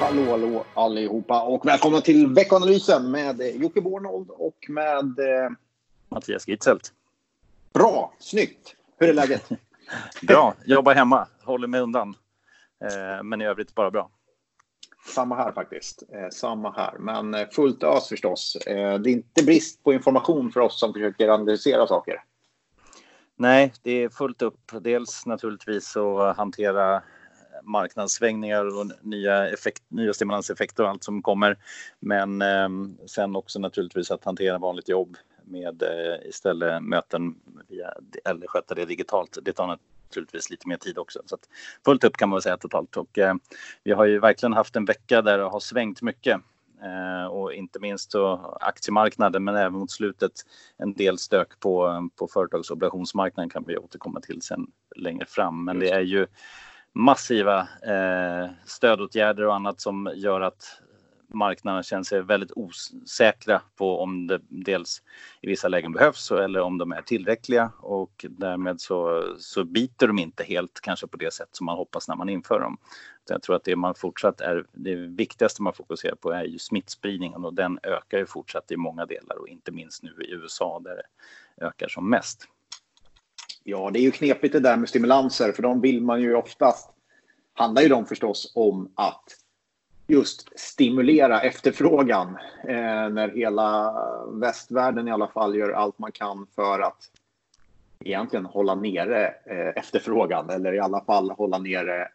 Hallå allihopa och välkomna till veckanalysen med Jocke Bornold och med Mattias Gitzelt. Bra, snyggt. Hur är läget? Bra, jobbar hemma, håller mig undan. Men i övrigt bara bra. Samma här faktiskt, samma här. Men fullt ös förstås. Det är inte brist på information för oss som försöker analysera saker. Nej, det är fullt upp. Dels naturligtvis att hantera marknadssvängningar och nya stimulanseffekter och allt som kommer. Men sen också naturligtvis att hantera vanligt jobb med istället möten eller sköta det digitalt. Det tar naturligtvis lite mer tid också. Så att fullt upp kan man väl säga totalt. Och vi har ju verkligen haft en vecka där det har svängt mycket. Och inte minst så aktiemarknaden, men även mot slutet en del stök på företagsobligationsmarknaden kan vi återkomma till sen längre fram. Men det är ju massiva stödåtgärder och annat som gör att marknaden känner sig väldigt osäkra på om det dels i vissa lägen behövs eller om de är tillräckliga, och därmed så biter de inte helt kanske på det sätt som man hoppas när man inför dem. Så jag tror att det viktigaste man fokuserar på är ju smittspridningen, och den ökar ju fortsatt i många delar och inte minst nu i USA där det ökar som mest. Ja, det är ju knepigt det där med stimulanser, för de vill man ju oftast, handlar ju de förstås om att just stimulera efterfrågan när hela västvärlden i alla fall gör allt man kan för att egentligen hålla nere efterfrågan, eller i alla fall hålla nere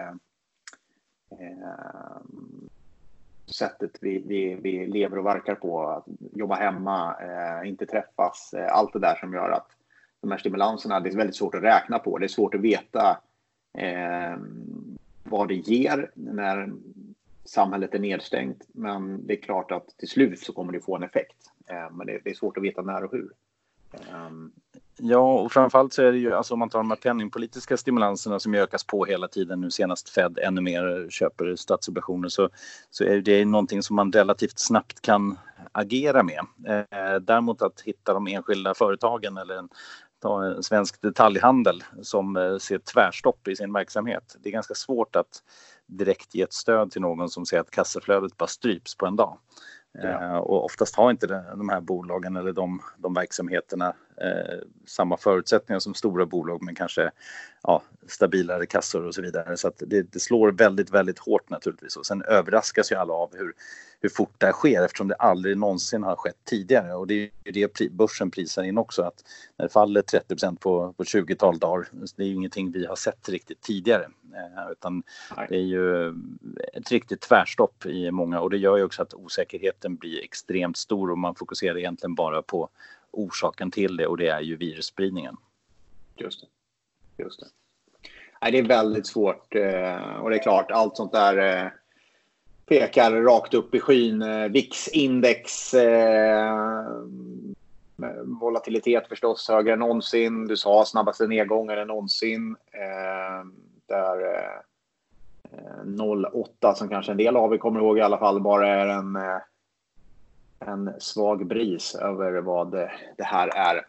sättet vi lever och verkar på, att jobba hemma, inte träffas, allt det där som gör att de här stimulanserna, det är väldigt svårt att räkna på. Det är svårt att veta vad det ger när samhället är nedstängt. Men det är klart att till slut så kommer det få en effekt. Men det är svårt att veta när och hur. Ja, och framförallt så är det ju, alltså om man tar de här penningpolitiska stimulanserna som ökas på hela tiden, nu senast Fed ännu mer köper statsobligationer, så är det någonting som man relativt snabbt kan agera med. Däremot att hitta de enskilda företagen eller en svensk detaljhandel som ser tvärstopp i sin verksamhet. Det är ganska svårt att direkt ge ett stöd till någon som säger att kassaflödet bara stryps på en dag. Ja. Och oftast har inte de här bolagen eller de verksamheterna samma förutsättningar som stora bolag, men kanske stabilare kassor och så vidare. Så att det slår väldigt, väldigt hårt naturligtvis. Och sen överraskas ju alla av hur fort det här sker, eftersom det aldrig någonsin har skett tidigare. Och det är ju det börsen prisar in också, att när det faller 30% på 20-tal dagar, det är ju ingenting vi har sett riktigt tidigare. Utan det är ju ett riktigt tvärstopp i många, och det gör ju också att osäkerheten blir extremt stor och man fokuserar egentligen bara på orsaken till det, och det är ju virusspridningen. Just det. Nej, det är väldigt svårt, och det är klart, allt sånt där pekar rakt upp i skyn. VIX-index, volatilitet förstås högre än någonsin. Du sa snabbaste nedgången än någonsin. Där 0,8 som kanske en del av er kommer ihåg i alla fall bara är en svag bris över vad det här är.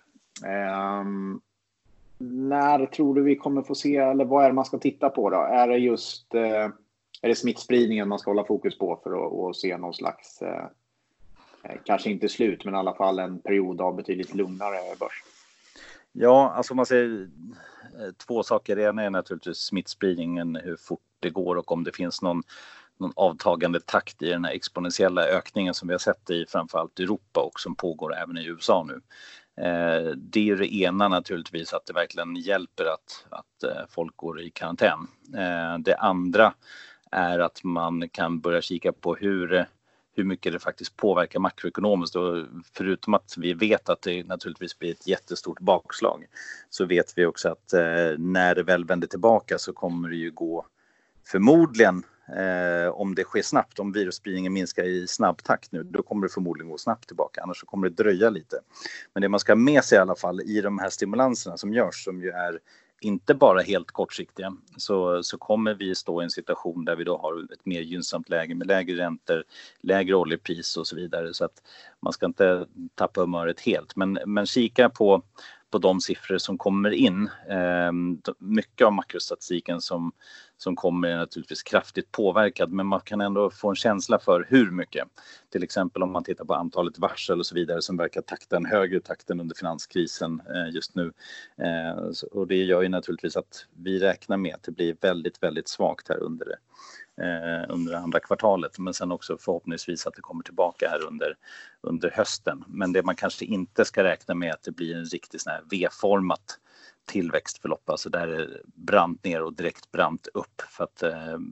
När tror du vi kommer få se, eller vad är det man ska titta på då? Är det smittspridningen man ska hålla fokus på för att se någon slags, kanske inte slut, men i alla fall en period av betydligt lugnare börs? Ja, alltså man säger två saker. Det ena är naturligtvis smittspridningen, hur fort det går och om det finns någon avtagande takt i den här exponentiella ökningen som vi har sett i framförallt Europa och som pågår även i USA nu. Det är det ena naturligtvis, att det verkligen hjälper att folk går i karantän. Det andra är att man kan börja kika på hur mycket det faktiskt påverkar makroekonomiskt. Och förutom att vi vet att det naturligtvis blir ett jättestort bakslag, så vet vi också att när det väl vänder tillbaka så kommer det ju gå förmodligen, om det sker snabbt, om virusspridningen minskar i snabb takt nu, då kommer det förmodligen gå snabbt tillbaka, annars så kommer det dröja lite. Men det man ska ha med sig i alla fall i de här stimulanserna som görs, som ju är inte bara helt kortsiktiga, så kommer vi stå i en situation där vi då har ett mer gynnsamt läge med lägre räntor, lägre oljepris och så vidare, så att man ska inte tappa humöret helt. Men kika på på de siffror som kommer in. Mycket av makrostatistiken som kommer är naturligtvis kraftigt påverkad, men man kan ändå få en känsla för hur mycket. Till exempel om man tittar på antalet varsel och så vidare som verkar högre takten under finanskrisen just nu. Och det gör ju naturligtvis att vi räknar med att det blir väldigt, väldigt svagt här under andra kvartalet, men sen också förhoppningsvis att det kommer tillbaka här under hösten. Men det man kanske inte ska räkna med är att det blir en riktigt sån här V-format tillväxtförlopp, alltså där är brant ner och direkt brant upp, för att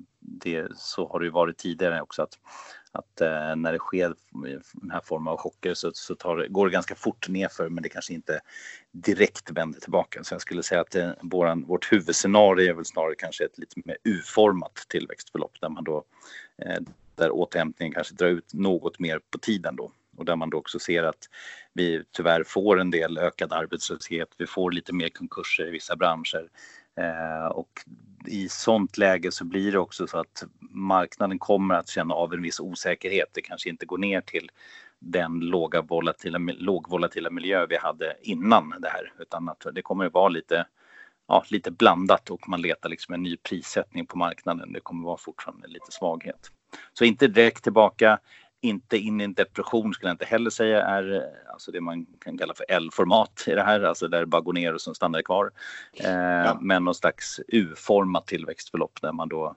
så har det ju varit tidigare också att när det sker den här formen av chocker så går det ganska fort nerför, men det kanske inte direkt vänder tillbaka. Så jag skulle säga att vårt huvudscenario är väl snarare kanske ett lite mer U-format tillväxtförlopp, där man då där återhämtningen kanske drar ut något mer på tiden då. Och där man då också ser att vi tyvärr får en del ökad arbetslöshet, vi får lite mer konkurser i vissa branscher. Och i sånt läge så blir det också så att marknaden kommer att känna av en viss osäkerhet. Det kanske inte går ner till den lågvolatila miljö vi hade innan det här, utan att det kommer att vara lite blandat, och man letar liksom en ny prissättning på marknaden. Det kommer att vara fortfarande lite svaghet. Så inte direkt tillbaka, inte in i en depression skulle jag inte heller säga är alltså det man kan kalla för L-format i det här, alltså där det bara går ner och så stannar det kvar. Men någon slags U-format tillväxtförlopp där man då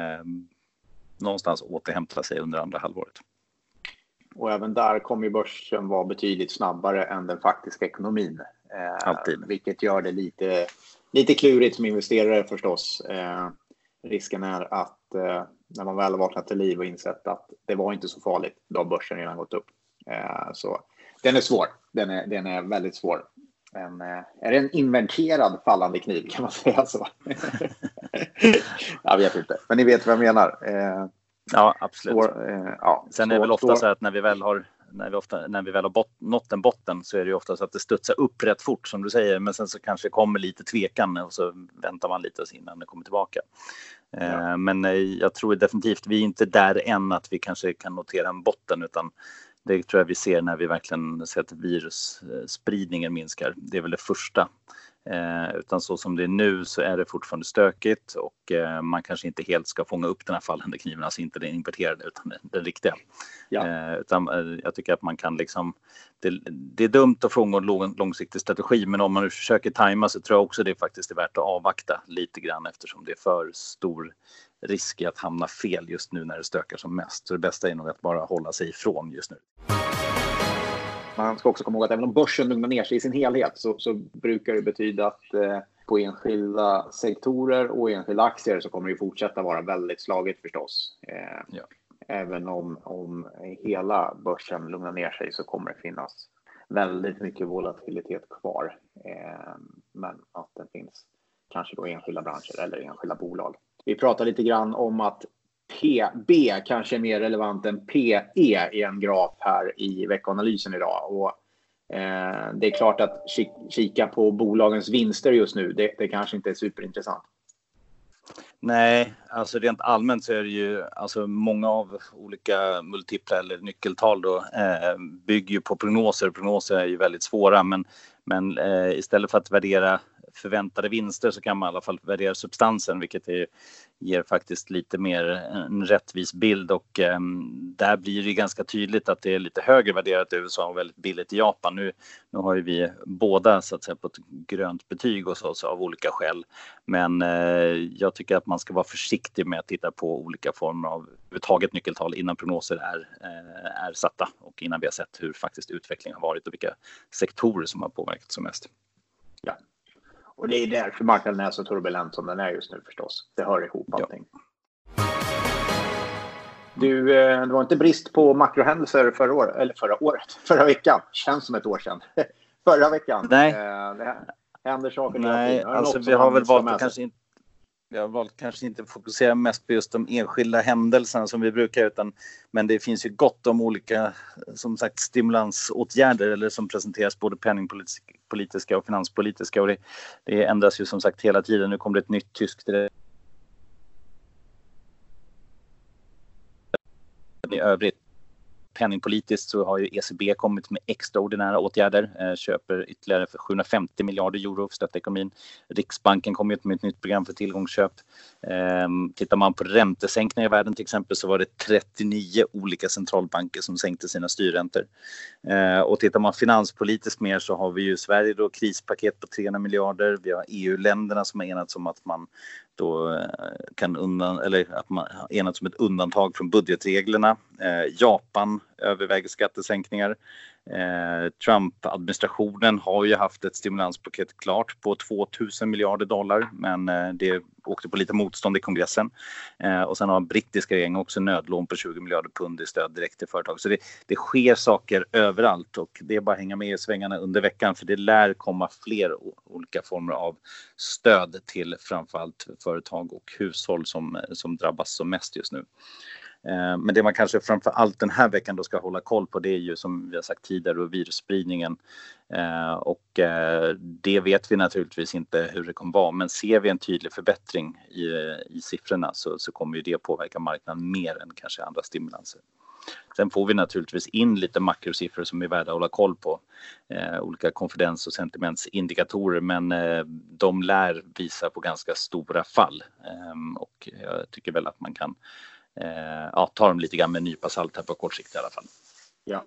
någonstans återhämtar sig under andra halvåret. Och även där kommer ju börsen vara betydligt snabbare än den faktiska ekonomin. Alltid. Vilket gör det lite klurigt som investerare förstås. Risken är att när man väl vaknat till liv och insett att det var inte så farligt, då har börsen redan gått upp. Så den är svår. Den är väldigt svår. Är det en inventerad fallande kniv, kan man säga så? Jag vet inte, men ni vet vad jag menar. Ja, absolut. Sen är det väl ofta så att när vi väl har nått en botten, så är det ju ofta så att det studsar upp rätt fort som du säger, men sen så kanske kommer lite tvekan och så väntar man lite innan det kommer tillbaka. Men jag tror definitivt vi är inte där än att vi kanske kan notera en botten, utan det tror jag vi ser när vi verkligen ser att virusspridningen minskar. Det är väl det första. Utan så som det är nu så är det fortfarande stökigt, och man kanske inte helt ska fånga upp den här fallande kniven, alltså inte den inverterade utan den riktiga. Utan jag tycker att man kan liksom, det är dumt att frångå långsiktig strategi, men om man nu försöker tajma så tror jag också det faktiskt är värt att avvakta lite grann, eftersom det är för stor risk i att hamna fel just nu när det stökar som mest. Så det bästa är nog att bara hålla sig ifrån just nu. Man ska också komma ihåg att även om börsen lugnar ner sig i sin helhet så brukar det betyda att på enskilda sektorer och enskilda aktier så kommer det fortsätta vara väldigt slagigt förstås. Även om hela börsen lugnar ner sig så kommer det finnas väldigt mycket volatilitet kvar. Men att det finns kanske då enskilda branscher eller enskilda bolag. Vi pratar lite grann om att PB kanske är mer relevant än PE i en graf här i veckanalysen idag. Och det är klart att kika på bolagens vinster just nu, det kanske inte är superintressant. Nej, alltså rent allmänt så är det ju, alltså många av olika multiplar eller nyckeltal då bygger ju på prognoser. Prognoser är ju väldigt svåra, men istället för att värdera förväntade vinster så kan man i alla fall värdera substansen, vilket ger faktiskt lite mer en rättvis bild, och där blir det ganska tydligt att det är lite högre värderat i USA och väldigt billigt i Japan. Nu har ju vi båda så att säga på ett grönt betyg och så av olika skäl, men jag tycker att man ska vara försiktig med att titta på olika former av överhuvudtaget nyckeltal innan prognoser är satta, och innan vi har sett hur faktiskt utvecklingen har varit och vilka sektorer som har påverkat som mest. Ja. Och det är därför marknaden är så turbulent som den är just nu förstås. Det hör ihop allting. Du, det var inte brist på makrohändelser förra veckan. Känns som ett år sedan. Förra veckan. Nej. Det händer saker. Nej, alltså vi har väl valt att kanske inte fokusera mest på just de enskilda händelserna som vi brukar, men det finns ju gott om olika, som sagt, stimulansåtgärder eller som presenteras både penningpolitiska och finanspolitiska, och det ändras ju som sagt hela tiden. Nu kommer det ett nytt tyskt i övrigt penningpolitiskt så har ju ECB kommit med extraordinära åtgärder, köper ytterligare för 750 miljarder euro för att stötta ekonomin. Riksbanken kommer med ett nytt program för tillgångsköp. Tittar man på räntesänkningar i världen till exempel så var det 39 olika centralbanker som sänkte sina styrräntor. Och tittar man finanspolitiskt mer så har vi ju Sverige då krispaket på 300 miljarder. Vi har EU-länderna som har enats om att man då att man enats om ett undantag från budgetreglerna. Japan överväger skattesänkningar. Trump-administrationen har ju haft ett stimulanspaket klart på 2000 miljarder dollar, men det åkte på lite motstånd i kongressen. Och sen har brittiska regeringen också nödlån på 20 miljarder pund i stöd direkt till företag. Så det sker saker överallt och det är bara att hänga med i svängarna under veckan, för det lär komma fler olika former av stöd till framförallt företag och hushåll som drabbas som mest just nu. Men det man kanske framför allt den här veckan då ska hålla koll på, det är ju som vi har sagt tidigare virusspridningen. Och det vet vi naturligtvis inte hur det kommer vara, men ser vi en tydlig förbättring i siffrorna så kommer ju det påverka marknaden mer än kanske andra stimulanser. Sen får vi naturligtvis in lite makrosiffror som är värda att hålla koll på. Olika konfidens- och sentimentsindikatorer, men de lär visa på ganska stora fall. Och jag tycker väl att man kan ta dem lite grann med en nypa salt här på kort sikt i alla fall. Ja.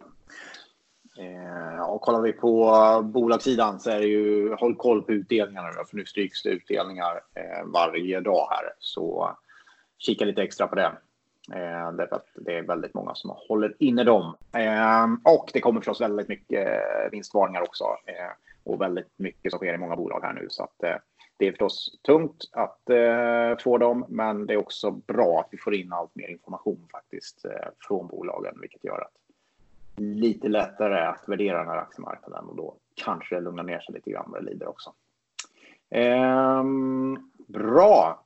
Och kollar vi på bolagssidan så är det ju håll koll på utdelningarna då, för nu stryks det utdelningar varje dag här, så kika lite extra på det. Därför att det är väldigt många som håller inne dem. Och det kommer förstås väldigt mycket vinstvarningar också, och väldigt mycket som sker i många bolag här nu, så att det är förstås tungt att få dem, men det är också bra att vi får in allt mer information faktiskt från bolagen, vilket gör att lite lättare att värdera den här aktiemarknaden, och då kanske det lugnar ner sig lite grann vad det lider också. Bra.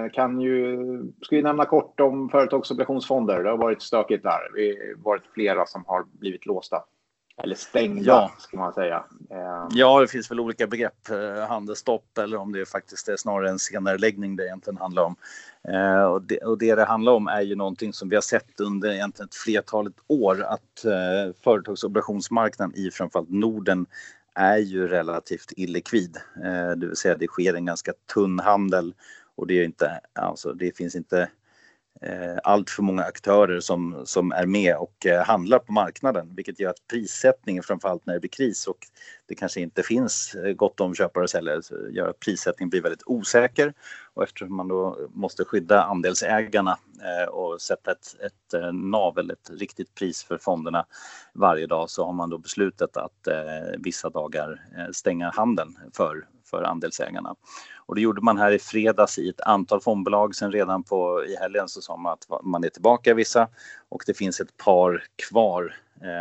Ska vi nämna kort om företagsobligationsfonder? Det har varit stökigt där. Det har varit flera som har blivit låsta. Eller stängda, ska man säga. Ja, det finns väl olika begrepp. Handelsstopp, eller om det faktiskt är snarare en senareläggning det egentligen handlar om. Och det handlar om är ju någonting som vi har sett under egentligen ett flertalet år. Att företagsobligationsmarknaden i framförallt Norden är ju relativt illikvid. Det vill säga det sker en ganska tunn handel. Och det finns inte allt för många aktörer som är med och handlar på marknaden, vilket gör att prissättningen, framförallt när det blir kris och det kanske inte finns gott om köpare och säljare, gör att prissättningen blir väldigt osäker. Och eftersom man då måste skydda andelsägarna och sätta ett nav eller ett riktigt pris för fonderna varje dag, så har man då beslutat att vissa dagar stänga handeln för andelsägarna. Och det gjorde man här i fredags i ett antal fondbolag. Sen redan i helgen så sa man att man är tillbaka i vissa. Och det finns ett par kvar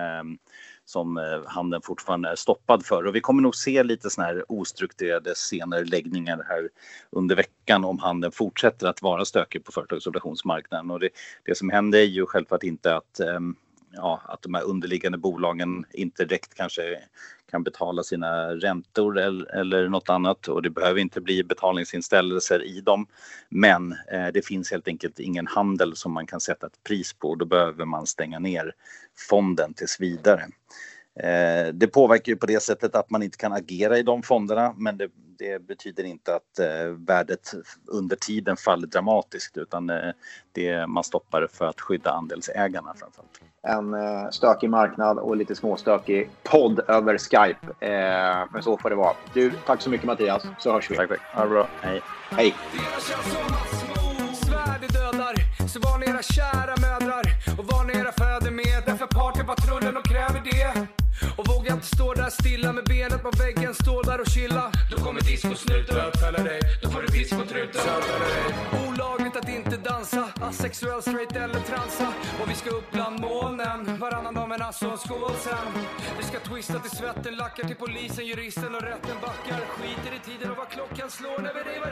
som handeln fortfarande är stoppad för. Och vi kommer nog se lite såna här ostrukturerade senareläggningar här under veckan om handeln fortsätter att vara stökig på företagsobligationsmarknaden. Och det som händer är ju självklart inte att de här underliggande bolagen inte direkt kanske kan betala sina räntor eller något annat, och det behöver inte bli betalningsinställelser i dem, men det finns helt enkelt ingen handel som man kan sätta ett pris på, och då behöver man stänga ner fonden tills vidare. Det påverkar ju på det sättet att man inte kan agera i de fonderna, men det betyder inte att värdet under tiden faller dramatiskt, utan man stoppar för att skydda andelsägarna framförallt. En stökig marknad och lite småstökig podd över Skype, men så får det vara. Du, tack så mycket Mattias, så hörs vi. Tack. Ha det bra. Hej. Hej. Så var ni era kära mödrar och var ni era fäder med, därför partypatrullen och kräver det. Och våga inte stå där stilla med benet på väggen, stå där och chilla. Då kommer discosnuten bötfälla dig, då får du discotruten bötfälla dig. Olagligt att inte dansa, asexuell, straight eller transa. Och vi ska upp bland molnen, varannan dag med nasso och skål sen. Vi ska twista till svetten, lackar till polisen, juristen och rätten backar. Skiter i tiden och vad klockan slår när vi rivar